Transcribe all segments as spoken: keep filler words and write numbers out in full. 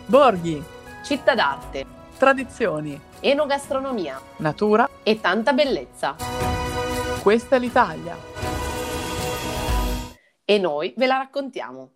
borghi, città d'arte, tradizioni, enogastronomia, natura e tanta bellezza. Questa è l'Italia. E noi ve la raccontiamo.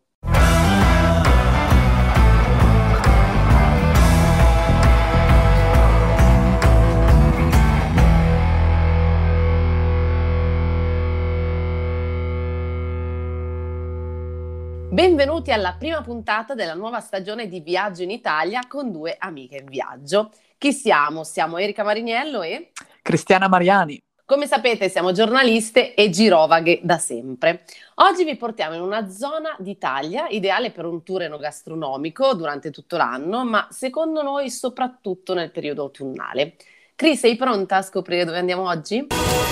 Benvenuti alla prima puntata della nuova stagione di Viaggio in Italia con due amiche in viaggio. Chi siamo? Siamo Erika Mariniello e Cristiana Mariani. Come sapete siamo giornaliste e girovaghe da sempre. Oggi vi portiamo in una zona d'Italia ideale per un tour enogastronomico durante tutto l'anno, ma secondo noi soprattutto nel periodo autunnale. Cris, sei pronta a scoprire dove andiamo oggi?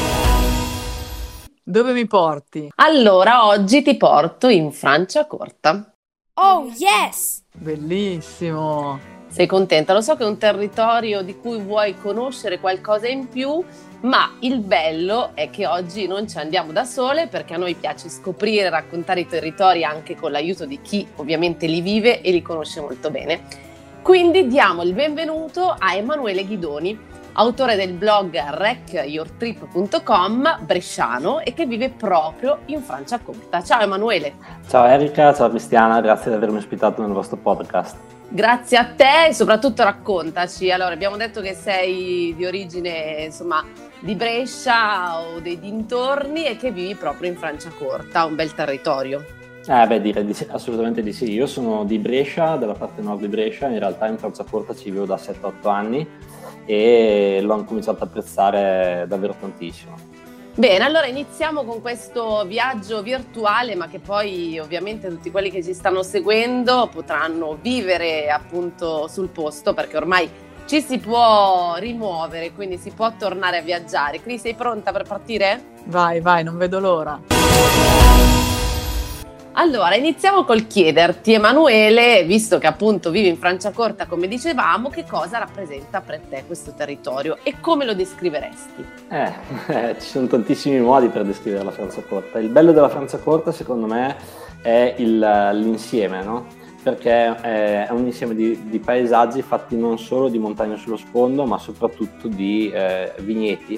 Dove mi porti? Allora, oggi ti porto in Franciacorta. Oh, yes! Bellissimo! Sei contenta? Lo so che è un territorio di cui vuoi conoscere qualcosa in più, ma il bello è che oggi non ci andiamo da sole, perché a noi piace scoprire e raccontare i territori anche con l'aiuto di chi ovviamente li vive e li conosce molto bene. Quindi diamo il benvenuto a Emanuele Ghidoni, autore del blog rec your trip punto com, bresciano, e che vive proprio in Franciacorta. Ciao Emanuele. Ciao Erika, ciao Cristiana, grazie di avermi ospitato nel vostro podcast. Grazie a te e soprattutto raccontaci. Allora, abbiamo detto che sei di origine, insomma, di Brescia o dei dintorni e che vivi proprio in Franciacorta, un bel territorio. Eh beh, direi di sì, assolutamente di sì. Io sono di Brescia, della parte nord di Brescia, in realtà in Franciacorta ci vivo da sette otto anni e l'ho cominciato a apprezzare davvero tantissimo. Bene, allora iniziamo con questo viaggio virtuale, ma che poi ovviamente tutti quelli che ci stanno seguendo potranno vivere appunto sul posto, perché ormai ci si può rimuovere, quindi si può tornare a viaggiare. Cris, sei pronta per partire? Vai, vai, non vedo l'ora. Allora, iniziamo col chiederti, Emanuele, visto che appunto vivi in Franciacorta, come dicevamo, che cosa rappresenta per te questo territorio e come lo descriveresti? Eh, eh, ci sono tantissimi modi per descrivere la Franciacorta. Il bello della Franciacorta, secondo me, è il, l'insieme, no? Perché è un insieme di, di paesaggi fatti non solo di montagne sullo sfondo, ma soprattutto di eh, vigneti,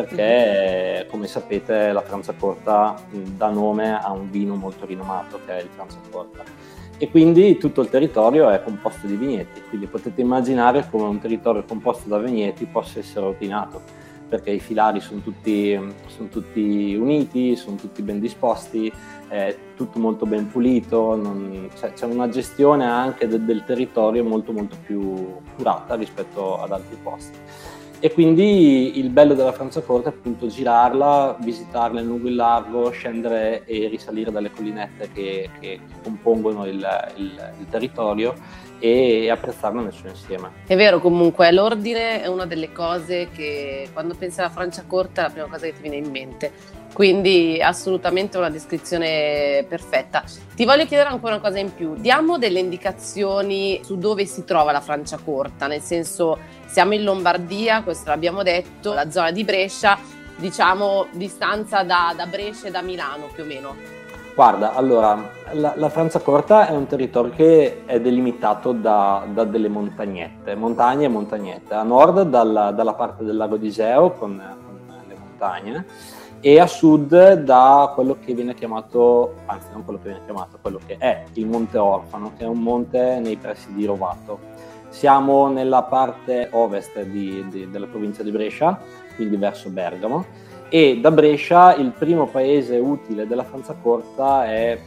perché come sapete la Franciacorta dà nome a un vino molto rinomato che è il Franciacorta, e quindi tutto il territorio è composto di vigneti, quindi potete immaginare come un territorio composto da vigneti possa essere ordinato, perché i filari sono tutti, sono tutti uniti, sono tutti ben disposti, è tutto molto ben pulito, non, cioè, c'è una gestione anche de, del territorio molto molto più curata rispetto ad altri posti. E quindi il bello della Franciacorta è appunto girarla, visitarla in lungo e in largo, scendere e risalire dalle collinette che, che compongono il, il, il territorio e apprezzarla nel suo insieme. È vero, comunque l'ordine è una delle cose che quando pensi alla Franciacorta è la prima cosa che ti viene in mente, quindi assolutamente una descrizione perfetta. Ti voglio chiedere ancora una cosa in più, diamo delle indicazioni su dove si trova la Franciacorta, nel senso siamo in Lombardia, questo l'abbiamo detto, la zona di Brescia, diciamo distanza da, da Brescia e da Milano più o meno. Guarda, allora, la, la Franciacorta è un territorio che è delimitato da, da delle montagnette, montagne e montagnette. A nord dalla, dalla parte del lago di Iseo con, con le montagne, e a sud da quello che viene chiamato, anzi non quello che viene chiamato, quello che è il Monte Orfano, che è un monte nei pressi di Rovato. Siamo nella parte ovest di, di, della provincia di Brescia, quindi verso Bergamo, e da Brescia il primo paese utile della Franciacorta è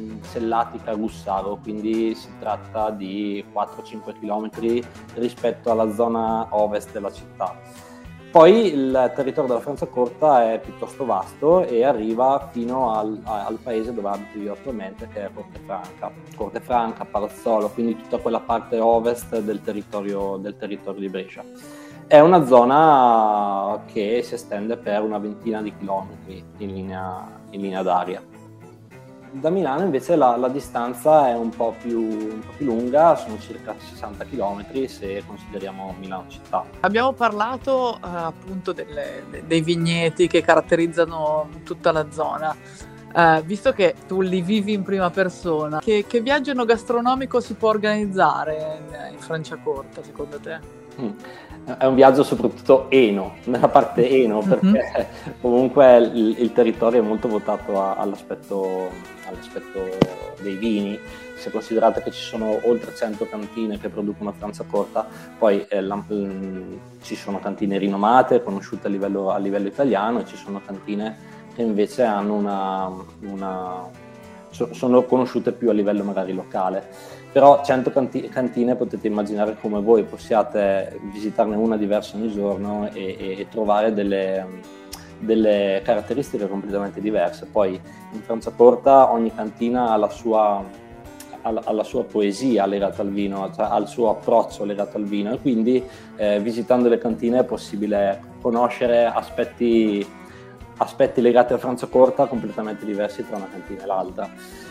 Sellatica-Gussaro, quindi si tratta di quattro cinque chilometri rispetto alla zona ovest della città. Poi il territorio della Franciacorta è piuttosto vasto e arriva fino al, al paese dove abito io attualmente, che è Cortefranca, Cortefranca, Palazzolo, quindi tutta quella parte ovest del territorio, del territorio di Brescia. È una zona che si estende per una ventina di chilometri in linea, in linea d'aria. Da Milano invece la, la distanza è un po' più, un po' più lunga, sono circa sessanta chilometri se consideriamo Milano città. Abbiamo parlato eh, appunto delle, de, dei vigneti che caratterizzano tutta la zona. eh, visto che tu li vivi in prima persona, che, che viaggio enogastronomico si può organizzare in, in Franciacorta, secondo te? Mm. È un viaggio soprattutto eno, nella parte eno, perché mm-hmm. comunque il, il territorio è molto votato a, all'aspetto, all'aspetto dei vini. Se considerate che ci sono oltre cento cantine che producono Franciacorta, poi eh, la, l, ci sono cantine rinomate, conosciute a livello, a livello italiano, e ci sono cantine che invece hanno una, una so, sono conosciute più a livello magari locale. Però cento canti- cantine potete immaginare come voi possiate visitarne una diversa ogni giorno e, e, e trovare delle, delle caratteristiche completamente diverse. Poi in Franciacorta ogni cantina ha la sua, ha, ha la sua poesia legata al vino, cioè ha il suo approccio legato al vino, e quindi eh, visitando le cantine è possibile conoscere aspetti, aspetti legati a Franciacorta completamente diversi tra una cantina e l'altra.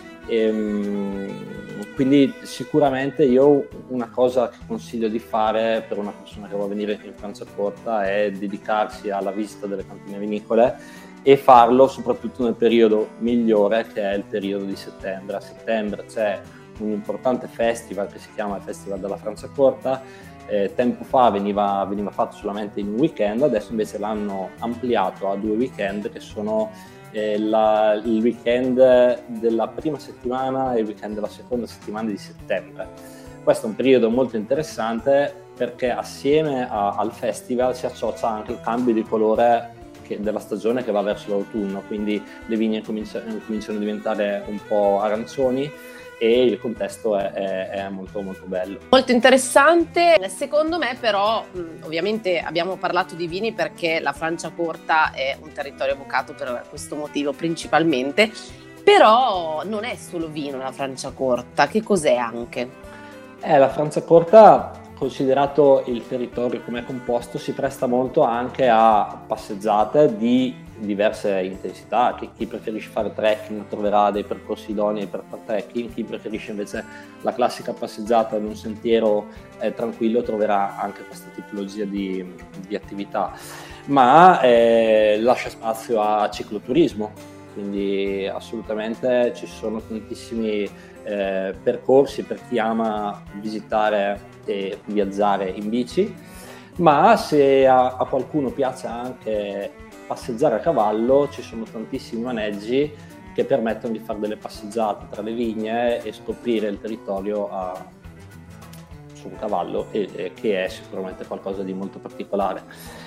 E, quindi sicuramente io una cosa che consiglio di fare per una persona che vuole venire in Franciacorta è dedicarsi alla visita delle cantine vinicole, e farlo soprattutto nel periodo migliore, che è il periodo di settembre. A settembre c'è un importante festival che si chiama il Festival della Franciacorta. Eh, tempo fa veniva, veniva fatto solamente in un weekend, adesso invece l'hanno ampliato a due weekend, che sono eh, la, il weekend della prima settimana e il weekend della seconda settimana di settembre. Questo è un periodo molto interessante perché assieme a, al festival si associa anche il cambio di colore che, della stagione, che va verso l'autunno, quindi le vigne cominciano, cominciano a diventare un po' arancioni, e il contesto è, è, è molto molto bello. Molto interessante. Secondo me però, ovviamente abbiamo parlato di vini perché la Franciacorta è un territorio vocato per questo motivo principalmente, però non è solo vino la Franciacorta, che cos'è anche? Eh, la Franciacorta, considerato il territorio come è composto, si presta molto anche a passeggiate di diverse intensità. Chi, chi preferisce fare trekking troverà dei percorsi idonei per fare trekking, chi preferisce invece la classica passeggiata in un sentiero eh, tranquillo troverà anche questa tipologia di, di attività, ma eh, lascia spazio a cicloturismo, quindi assolutamente ci sono tantissimi eh, percorsi per chi ama visitare e viaggiare in bici, ma se a, a qualcuno piace anche passeggiare a cavallo, ci sono tantissimi maneggi che permettono di fare delle passeggiate tra le vigne e scoprire il territorio a, su un cavallo, e, e che è sicuramente qualcosa di molto particolare.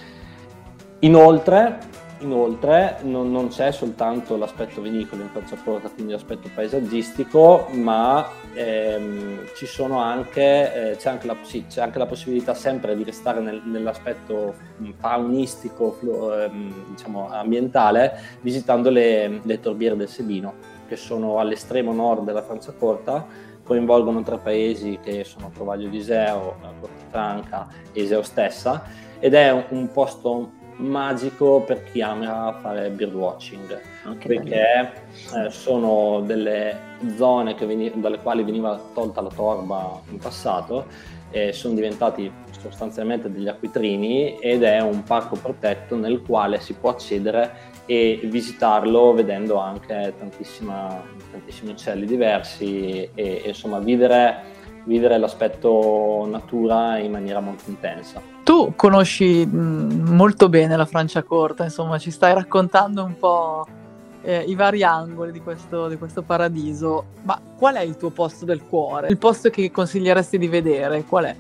Inoltre, inoltre non, non c'è soltanto l'aspetto vinicolo in Franciacorta, quindi l'aspetto paesaggistico, ma ehm, ci sono anche, eh, c'è, anche la, sì, c'è anche la possibilità sempre di restare nel, nell'aspetto faunistico, flo, ehm, diciamo ambientale, visitando le, le torbiere del Sebino, che sono all'estremo nord della Franciacorta, coinvolgono tre paesi che sono Trovaglio di Iseo, Portofranca e Iseo stessa, ed è un, un posto magico per chi ama fare birdwatching, okay, perché eh, sono delle zone che veni- dalle quali veniva tolta la torba in passato, e sono diventati sostanzialmente degli acquitrini, ed è un parco protetto nel quale si può accedere e visitarlo vedendo anche tantissima, tantissimi uccelli diversi, e, e insomma vivere vivere l'aspetto natura in maniera molto intensa. Tu conosci mh, molto bene la Franciacorta, insomma ci stai raccontando un po' eh, i vari angoli di questo, di questo paradiso, ma qual è il tuo posto del cuore? Il posto che consiglieresti di vedere, qual è?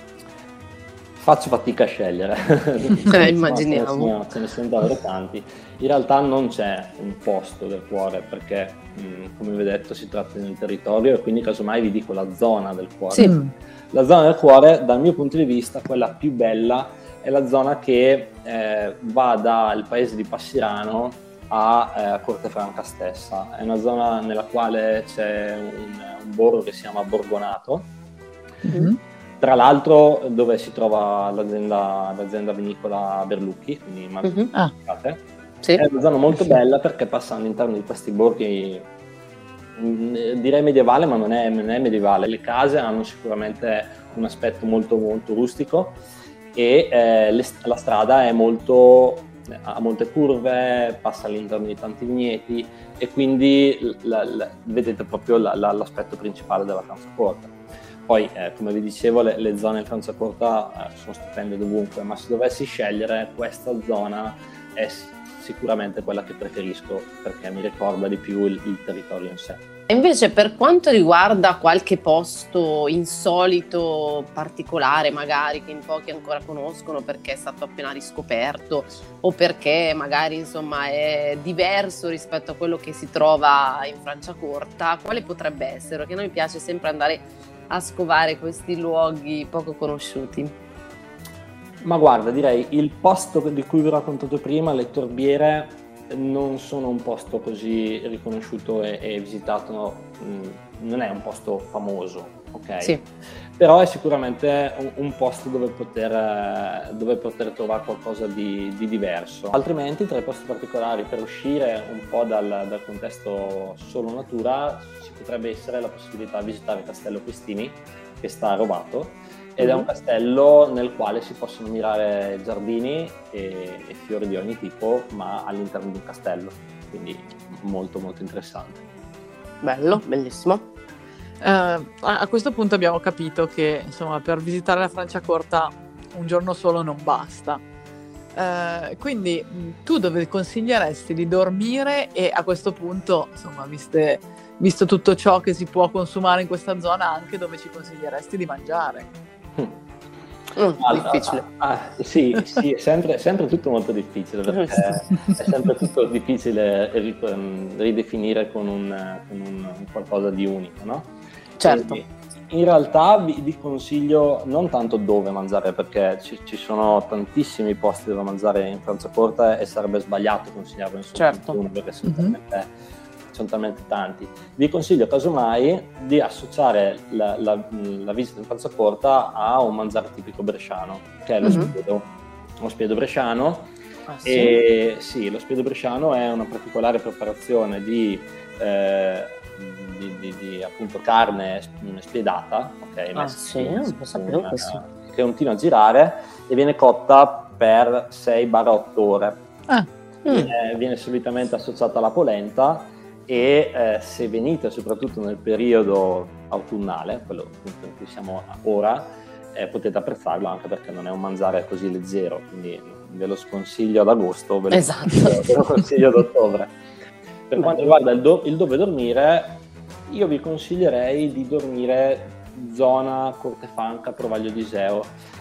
Faccio fatica a scegliere, eh, immaginiamo. Ce ne, sono, ce ne sono davvero tanti. In realtà non c'è un posto del cuore, perché mh, come vi ho detto si tratta di un territorio, e quindi casomai vi dico la zona del cuore. Sì. La zona del cuore, dal mio punto di vista, quella più bella è la zona che eh, va dal paese di Passirano a eh, Cortefranca stessa. È una zona nella quale c'è un, un borgo che si chiama Borgonato. Mm-hmm. Tra l'altro dove si trova l'azienda, l'azienda vinicola Berlucchi, quindi mm-hmm. ah. Sì. È una zona molto bella perché passa all'interno di questi borghi, direi medievale, ma non è, non è medievale. Le case hanno sicuramente un aspetto molto molto rustico, e eh, le, la strada è molto ha molte curve, passa all'interno di tanti vigneti e quindi la, la, vedete proprio la, la, l'aspetto principale della Franciacorta. Poi, eh, come vi dicevo, le, le zone in Franciacorta eh, sono stupende dovunque, ma se dovessi scegliere, questa zona è sicuramente quella che preferisco perché mi ricorda di più il, il territorio in sé. E invece per quanto riguarda qualche posto insolito, particolare magari, che in pochi ancora conoscono perché è stato appena riscoperto o perché magari insomma è diverso rispetto a quello che si trova in Franciacorta, quale potrebbe essere? Perché a noi piace sempre andare a scovare questi luoghi poco conosciuti. Ma guarda, direi il posto di cui vi ho raccontato prima, le Torbiere, non sono un posto così riconosciuto e, e visitato, mh, non è un posto famoso, ok? Sì. Però è sicuramente un, un posto dove poter, dove poter trovare qualcosa di, di diverso. Altrimenti, tra i posti particolari, per uscire un po' dal, dal contesto solo natura, ci potrebbe essere la possibilità di visitare il Castello Questini, che sta a Rovato, ed è un castello nel quale si possono mirare giardini e, e fiori di ogni tipo, ma all'interno di un castello, quindi molto molto interessante. Bello, bellissimo. Eh, a questo punto abbiamo capito che insomma per visitare la Franciacorta un giorno solo non basta. Eh, quindi tu dove consiglieresti di dormire e a questo punto, insomma, viste, visto tutto ciò che si può consumare in questa zona, anche dove ci consiglieresti di mangiare? Mm, allora, difficile. Ah, sì, sì, è sempre, sempre tutto molto difficile perché è sempre tutto difficile ridefinire con un, con un qualcosa di unico, no? Certo. Quindi, in realtà vi, vi consiglio non tanto dove mangiare perché ci, ci sono tantissimi posti dove mangiare in Franciacorta e sarebbe sbagliato consigliarlo in soltanto Certo. uno perché sono Mm-hmm. talmente, sono talmente tanti. Vi consiglio casomai di associare la, la, la visita in Franciacorta a un mangiare tipico bresciano che è lo Mm-hmm. spiedo, lo spiedo bresciano. Ah, sì? E sì, lo spiedo bresciano è una particolare preparazione di eh, Di, di, di appunto carne spiedata, ok? Ah, sì, non lo sapevo una, questo. che continua a girare e viene cotta per sei otto ore. Ah. Mm. Viene, viene solitamente associata alla polenta e eh, se venite soprattutto nel periodo autunnale, quello appunto in cui siamo ora, eh, potete apprezzarlo anche perché non è un mangiare così leggero, quindi ve lo sconsiglio ad agosto, ve lo, Esatto. consiglio, ve lo consiglio ad ottobre. Per quanto riguarda il, do, il dove dormire, io vi consiglierei di dormire zona Cortefanca, Provaglio di Iseo,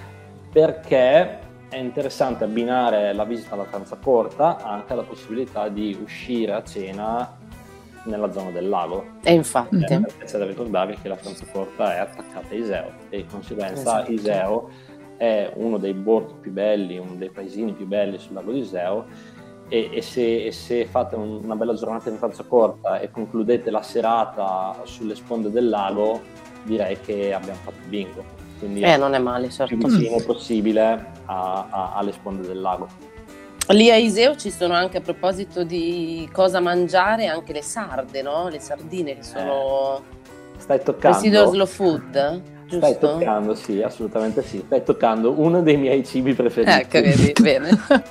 perché è interessante abbinare la visita alla Franciacorta anche alla possibilità di uscire a cena nella zona del lago. E infatti. Eh, perché c'è da ricordare che la Franciacorta è attaccata a Iseo e di conseguenza Esatto. Iseo è uno dei borghi più belli, uno dei paesini più belli sul lago di Iseo. E, e, se, e se fate un, una bella giornata in Franciacorta e concludete la serata sulle sponde del lago, direi che abbiamo fatto bingo. Quindi Eh, non è male, certo. più vicino possibile a, a, alle sponde del lago. Lì a Iseo ci sono anche, a proposito di cosa mangiare, anche le sarde, no? Le sardine che sono Eh, stai toccando residual slow food, giusto? Stai toccando, sì, assolutamente sì. Stai toccando uno dei miei cibi preferiti. Ecco, vedi, bene.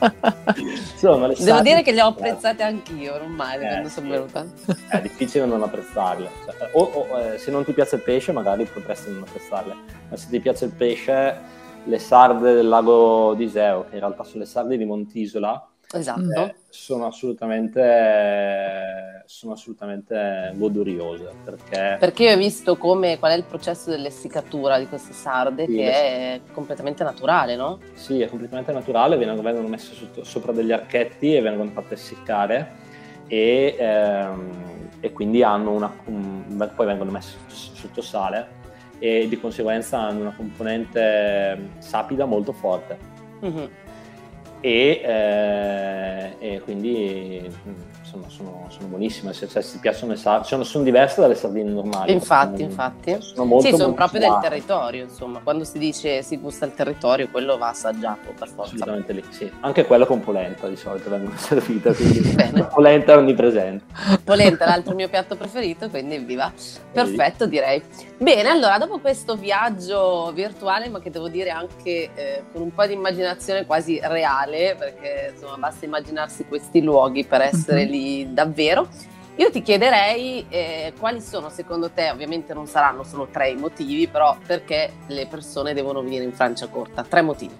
Sono le Devo sarde dire che le ho apprezzate anch'io, non male, Eh, quando sì. sono venuta. È difficile non apprezzarle. Cioè, o, o eh, se non ti piace il pesce, magari potresti non apprezzarle. Ma se ti piace il pesce, le sarde del lago di Iseo, che in realtà sono le sarde di Montisola, Esatto. eh, sono assolutamente sono assolutamente goduriose perché Perché io ho visto come, qual è il processo dell'essiccatura di queste sarde, Sì, che le- è completamente naturale, no? sì, è completamente naturale, vengono, vengono messe sotto- sopra degli archetti e vengono fatte essiccare e, ehm, e quindi hanno una un- poi vengono messe sotto, sotto sale e di conseguenza hanno una componente sapida molto forte. Mhm. E, eh, e quindi insomma, sono, sono, sono buonissime, se, cioè, si piacciono le sardine, sono, sono diverse dalle sardine normali. Infatti, sono, infatti. Sono molto, sì, sono molto proprio suave. del territorio, insomma, quando si dice si gusta il territorio, quello va assaggiato per forza. Assolutamente lì, sì. Anche quello con polenta di solito vengono servite, quindi la polenta è onnipresente. Polenta è l'altro mio piatto preferito, quindi viva. Perfetto, direi. Bene, allora, dopo questo viaggio virtuale, ma che devo dire anche eh, con un po' di immaginazione quasi reale, perché insomma basta immaginarsi questi luoghi per essere mm-hmm. lì davvero, io ti chiederei eh, quali sono secondo te, ovviamente non saranno solo tre i motivi, però perché le persone devono venire in Franciacorta? Tre motivi.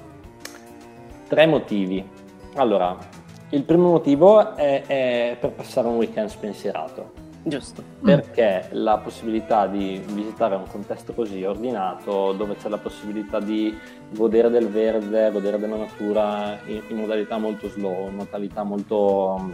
Tre motivi. Allora, il primo motivo è, è per passare un weekend spensierato. Giusto. Perché la possibilità di visitare un contesto così ordinato, dove c'è la possibilità di godere del verde, godere della natura in, in modalità molto slow, in modalità molto,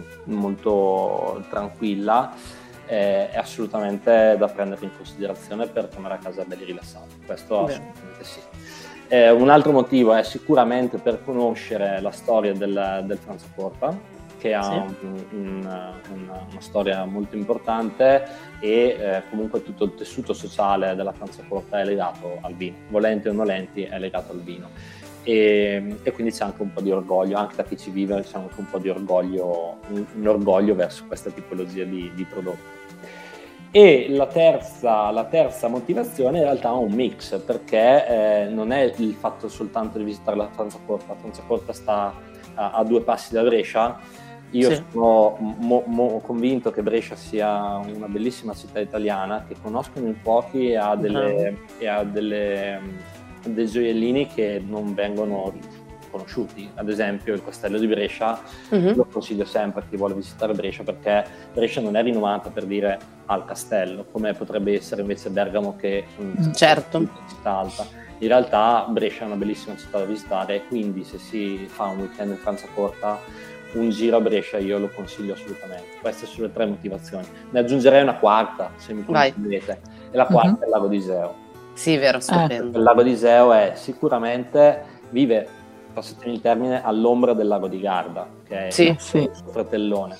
molto tranquilla, eh, è assolutamente da prendere in considerazione per tornare a casa belli rilassati. Questo Beh. assolutamente sì. Eh, un altro motivo è sicuramente per conoscere la storia del, del Franciacorta, che ha sì. un, un, una, una storia molto importante e eh, comunque tutto il tessuto sociale della Franciacorta è legato al vino, volenti o nolenti è legato al vino e, e quindi c'è anche un po' di orgoglio, anche da chi ci vive c'è anche un po' di orgoglio, un, un orgoglio verso questa tipologia di, di prodotto. E la terza, la terza motivazione in realtà è un mix, perché eh, non è il fatto soltanto di visitare la Franciacorta, la Franciacorta sta a, a due passi da Brescia. Io sì. sono mo, mo convinto che Brescia sia una bellissima città italiana, che conoscono in pochi e ha, delle, uh-huh. e ha delle, dei gioiellini che non vengono conosciuti. Ad esempio il castello di Brescia, uh-huh. lo consiglio sempre a chi vuole visitare Brescia, perché Brescia non è rinomata per dire al castello, come potrebbe essere invece Bergamo, che è una certo. città alta. In realtà Brescia è una bellissima città da visitare e quindi se si fa un weekend in Franciacorta, un giro a Brescia io lo consiglio assolutamente. Queste sono le tre motivazioni. Ne aggiungerei una quarta, se mi consentite. E la quarta uh-huh. è il lago di Iseo. Sì, vero, stupendo. Eh. Il lago di Iseo è sicuramente, vive, passatemi il termine, all'ombra del lago di Garda, che è sì, il, sì. il suo fratellone.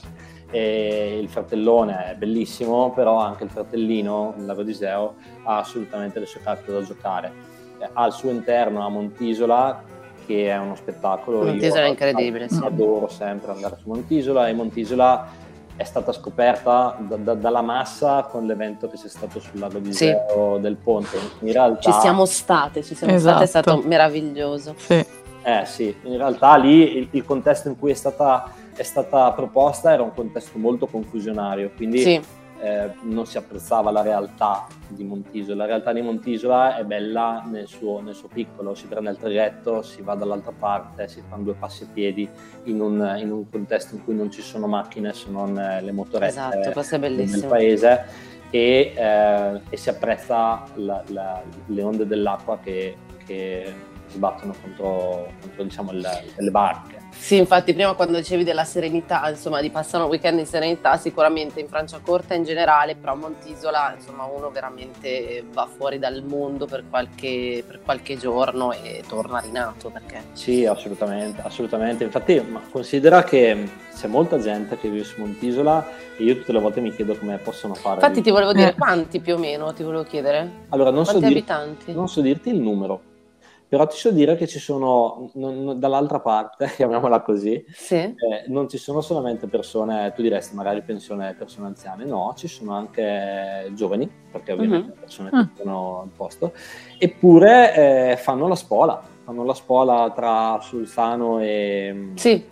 E il fratellone è bellissimo, però anche il fratellino, il lago di Iseo, ha assolutamente le sue carte da giocare. Al suo interno a Montisola, che è uno spettacolo. Montisola è incredibile, sì. Adoro sempre andare su Montisola, e Montisola è stata scoperta da, da, dalla massa con l'evento che c'è stato sul lago di Iseo sì. del ponte. In realtà ci siamo state, ci siamo esatto. state, è stato meraviglioso. Sì. Eh sì, in realtà lì il, il contesto in cui è stata, è stata proposta era un contesto molto confusionario, quindi sì. eh, non si apprezzava la realtà di Montisola. La realtà di Montisola è bella nel suo, nel suo piccolo, si prende il traghetto, si va dall'altra parte, si fanno due passi a piedi in un, in un contesto in cui non ci sono macchine se non le motorette esatto, questo è bellissimo. del paese e, eh, e si apprezza la, la, le onde dell'acqua che, che sbattono contro, contro diciamo le, le barche. Sì, infatti prima quando dicevi della serenità, insomma di passare un weekend in serenità, sicuramente in Franciacorta in generale, però a Montisola insomma uno veramente va fuori dal mondo per qualche, per qualche giorno e torna rinato, perché sì, assolutamente, assolutamente. Infatti ma considera che c'è molta gente che vive su Montisola e io tutte le volte mi chiedo come possono fare. Infatti ti volevo dire quanti più o meno, ti volevo chiedere? Allora non quanti so dir- abitanti? Non so dirti il numero, però ti so dire che ci sono, non, non, dall'altra parte, chiamiamola così, sì. eh, non ci sono solamente persone, tu diresti magari pensione, persone anziane, no, ci sono anche giovani, perché ovviamente uh-huh. persone che sono al posto, eppure eh, fanno la spola, fanno la spola tra Sulzano e, sì.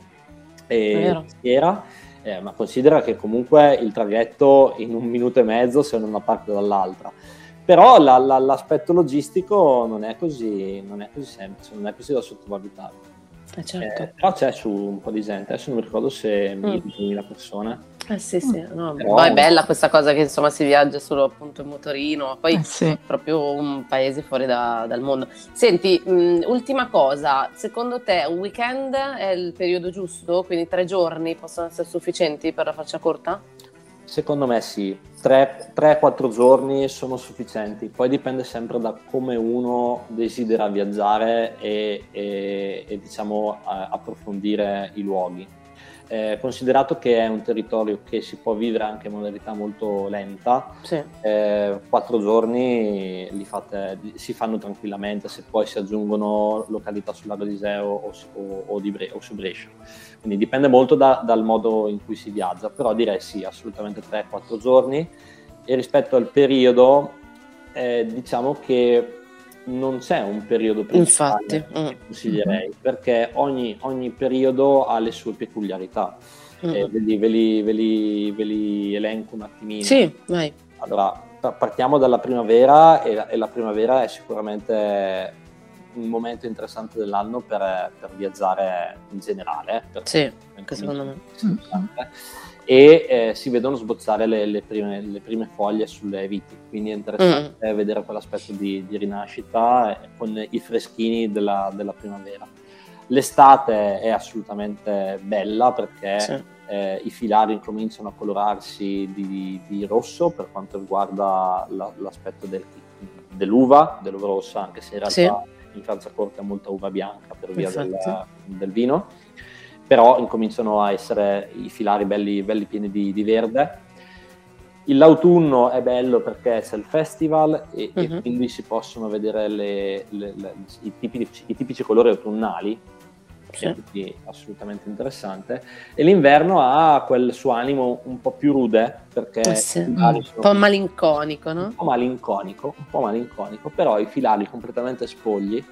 e Schiera, eh, ma considera che comunque il traghetto in un minuto e mezzo sia da una parte o dall'altra. Però la, la, l'aspetto logistico non è così, non è così semplice, non è così da sottovalutare. Eh certo. Eh, però c'è su un po' di gente, adesso non mi ricordo se mm. mille persone. Eh sì, sì, no, però... poi è bella questa cosa che insomma si viaggia solo appunto in motorino, poi eh sì. proprio un paese fuori da, dal mondo. Senti, mh, ultima cosa, secondo te un weekend è il periodo giusto? Quindi tre giorni possono essere sufficienti per la Franciacorta? Secondo me sì, tre quattro giorni sono sufficienti, poi dipende sempre da come uno desidera viaggiare e, e, e diciamo a, approfondire i luoghi. Eh, considerato che è un territorio che si può vivere anche in modalità molto lenta, Sì. eh, quattro giorni li fate, si fanno tranquillamente, se poi si aggiungono località sul lago di Iseo o, o, o, di Bre- o su Brescia. Quindi dipende molto da, dal modo in cui si viaggia, però direi sì, assolutamente tre quattro giorni. E rispetto al periodo, eh, diciamo che non c'è un periodo principale Infatti, che mm. consiglierei, Mhm. perché ogni, ogni periodo ha le sue peculiarità. Mm. Eh, ve, li, ve, li, ve, li, ve li elenco un attimino. Sì, vai. Allora, partiamo dalla primavera, e la, e la primavera è sicuramente un momento interessante dell'anno per, per viaggiare in generale. Sì, che secondo me. E eh, si vedono sbozzare le, le, prime, le prime foglie sulle viti, quindi è interessante mm. vedere quell'aspetto di, di rinascita eh, con i freschini della, della primavera. L'estate è assolutamente bella perché sì. eh, i filari cominciano a colorarsi di, di rosso per quanto riguarda la, l'aspetto del, dell'uva, dell'uva rossa, anche se in realtà sì. in Franciacorta è molta uva bianca per via del, del vino, però incominciano a essere i filari belli, belli pieni di, di verde. L'autunno è bello perché c'è il festival e, uh-huh. e quindi si possono vedere le, le, le, i, tipici, i tipici colori autunnali, sì. Che è assolutamente interessante. E l'inverno ha quel suo animo un po' più rude perché sì. mm. un po' malinconico, no? Un po' malinconico, un po' malinconico, però i filari completamente spogli.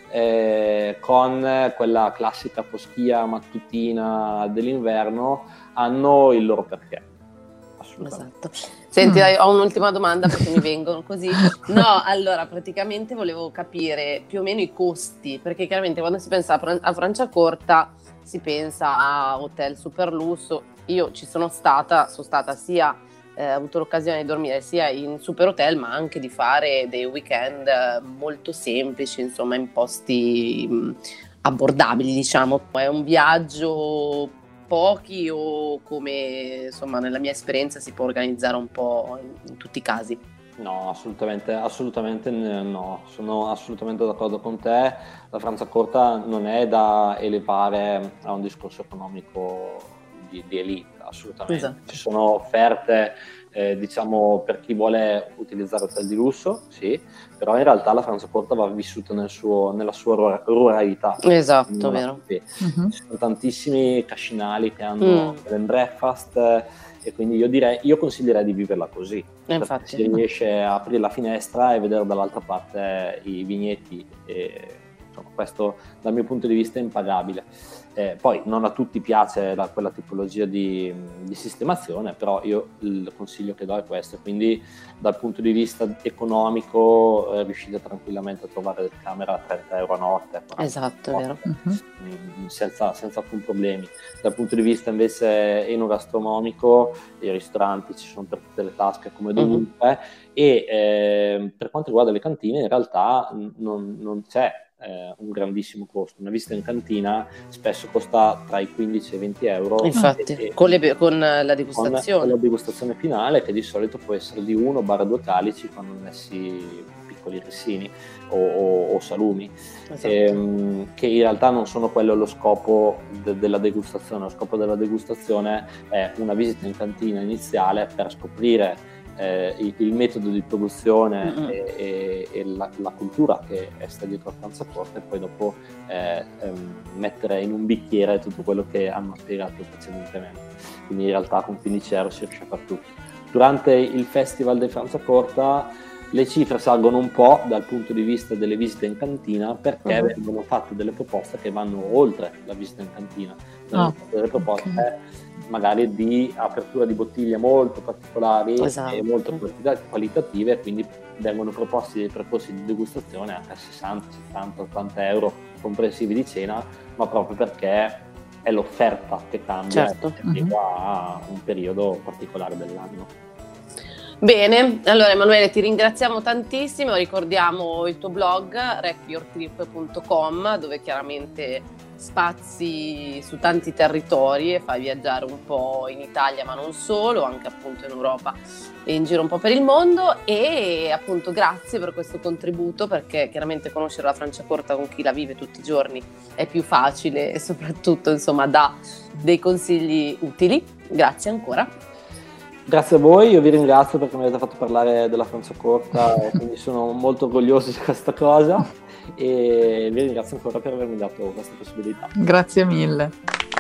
Eh, con quella classica foschia mattutina dell'inverno hanno il loro perché. Esatto. Senti, mm. ho un'ultima domanda perché mi vengono così. No, allora praticamente volevo capire più o meno i costi, perché chiaramente quando si pensa a Franciacorta si pensa a hotel super lusso. Io ci sono stata, sono stata sia eh, ho avuto l'occasione di dormire sia in super hotel ma anche di fare dei weekend molto semplici, insomma in posti mh, abbordabili, diciamo. È un viaggio pochi o come insomma nella mia esperienza si può organizzare un po' in, in tutti i casi? No, assolutamente, assolutamente no, sono assolutamente d'accordo con te. La Franciacorta non è da elevare a un discorso economico di, di elite, assolutamente. Esatto. Ci sono offerte eh, diciamo per chi vuole utilizzare hotel di lusso, sì, però in realtà la Franciacorta va vissuta nel suo, nella sua ruralità. Esatto, vero. Sì. Uh-huh. Ci sono tantissimi cascinali che hanno mm. bed and breakfast e quindi io direi, io consiglierei di viverla così. Infatti. Si riesce a aprire la finestra e vedere dall'altra parte i vigneti e insomma, questo dal mio punto di vista è impagabile. Eh, poi non a tutti piace la, quella tipologia di, di sistemazione, però io il consiglio che do è questo, quindi dal punto di vista economico eh, riuscite tranquillamente a trovare le camere a trenta euro a notte. Esatto, notte, vero. Uh-huh. senza, senza alcun problemi. Dal punto di vista invece enogastronomico i ristoranti ci sono per tutte le tasche come dovunque uh-huh. e eh, per quanto riguarda le cantine in realtà non, non c'è Eh, un grandissimo costo. Una visita in cantina spesso costa tra i quindici e i venti euro. Infatti, e, con, le, con la degustazione. Con la degustazione finale, che di solito può essere di uno barra due calici con annessi piccoli rissini o, o, o salumi, esatto. ehm, che in realtà non sono quello lo scopo de- della degustazione. Lo scopo della degustazione è una visita in cantina iniziale per scoprire Eh, il, il metodo di produzione mm-hmm. e, e, e la, la cultura che sta dietro a Franciacorta e poi dopo eh, ehm, mettere in un bicchiere tutto quello che hanno spiegato precedentemente. Quindi in realtà con quindici euro si riesce a fare tutto. Durante il Festival di Franciacorta le cifre salgono un po' dal punto di vista delle visite in cantina perché uh-huh. vengono fatte delle proposte che vanno oltre la visita in cantina, oh, delle proposte okay. magari di apertura di bottiglie molto particolari esatto. e molto qualitative, quindi vengono proposti dei percorsi di degustazione anche a sessanta, settanta, ottanta euro comprensivi di cena, ma proprio perché è l'offerta che cambia certo. uh-huh. a un periodo particolare dell'anno. Bene, allora Emanuele ti ringraziamo tantissimo, ricordiamo il tuo blog rec your trip punto com dove chiaramente spazi su tanti territori e fai viaggiare un po' in Italia ma non solo, anche appunto in Europa e in giro un po' per il mondo. E appunto grazie per questo contributo, perché chiaramente conoscere la Franciacorta con chi la vive tutti i giorni è più facile e soprattutto insomma dà dei consigli utili. Grazie ancora. Grazie a voi, io vi ringrazio perché mi avete fatto parlare della Franciacorta e quindi sono molto orgoglioso di questa cosa e vi ringrazio ancora per avermi dato questa possibilità. Grazie mille.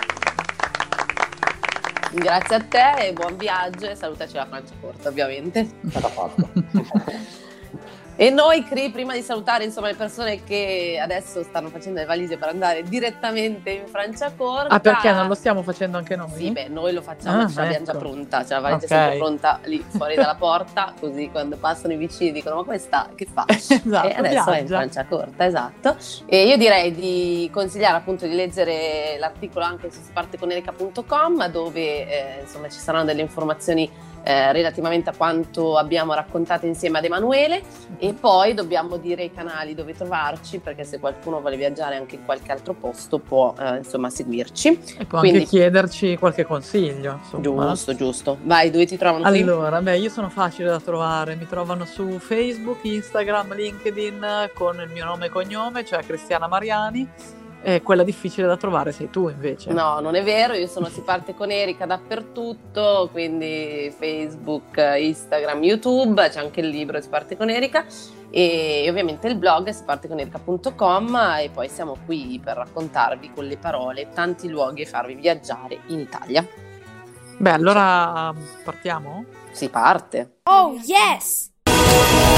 Grazie a te e buon viaggio e salutaci la Franciacorta ovviamente. Sarà fatto. E noi, Cri, prima di salutare insomma le persone che adesso stanno facendo le valigie per andare direttamente in Franciacorta. Ah, perché non lo stiamo facendo anche noi? Sì, beh, noi lo facciamo, Ah, ce l'abbiamo ecco. già pronta, cioè la valigia Okay. è sempre pronta lì fuori dalla porta, così quando passano i vicini dicono ma come sta, che fa? Esatto, E adesso è in viaggia. Franciacorta, esatto. E io direi di consigliare appunto di leggere l'articolo anche su siparteconerica punto com, dove eh, insomma ci saranno delle informazioni Eh, relativamente a quanto abbiamo raccontato insieme ad Emanuele. E poi dobbiamo dire i canali dove trovarci, perché se qualcuno vuole viaggiare anche in qualche altro posto può eh, insomma seguirci. E può Quindi- anche chiederci qualche consiglio, insomma. Giusto, giusto. Vai, dove ti trovano qui? Allora, beh, io sono facile da trovare, mi trovano su Facebook, Instagram, LinkedIn con il mio nome e cognome, cioè Cristiana Mariani, e quella difficile da trovare sei tu invece. No, non è vero, io sono Si parte con Erika dappertutto, quindi Facebook, Instagram, YouTube, c'è anche il libro Si parte con Erika e ovviamente il blog si parte con erica punto com, e poi siamo qui per raccontarvi con le parole tanti luoghi e farvi viaggiare in Italia. Beh, allora partiamo? Si parte! Oh yes!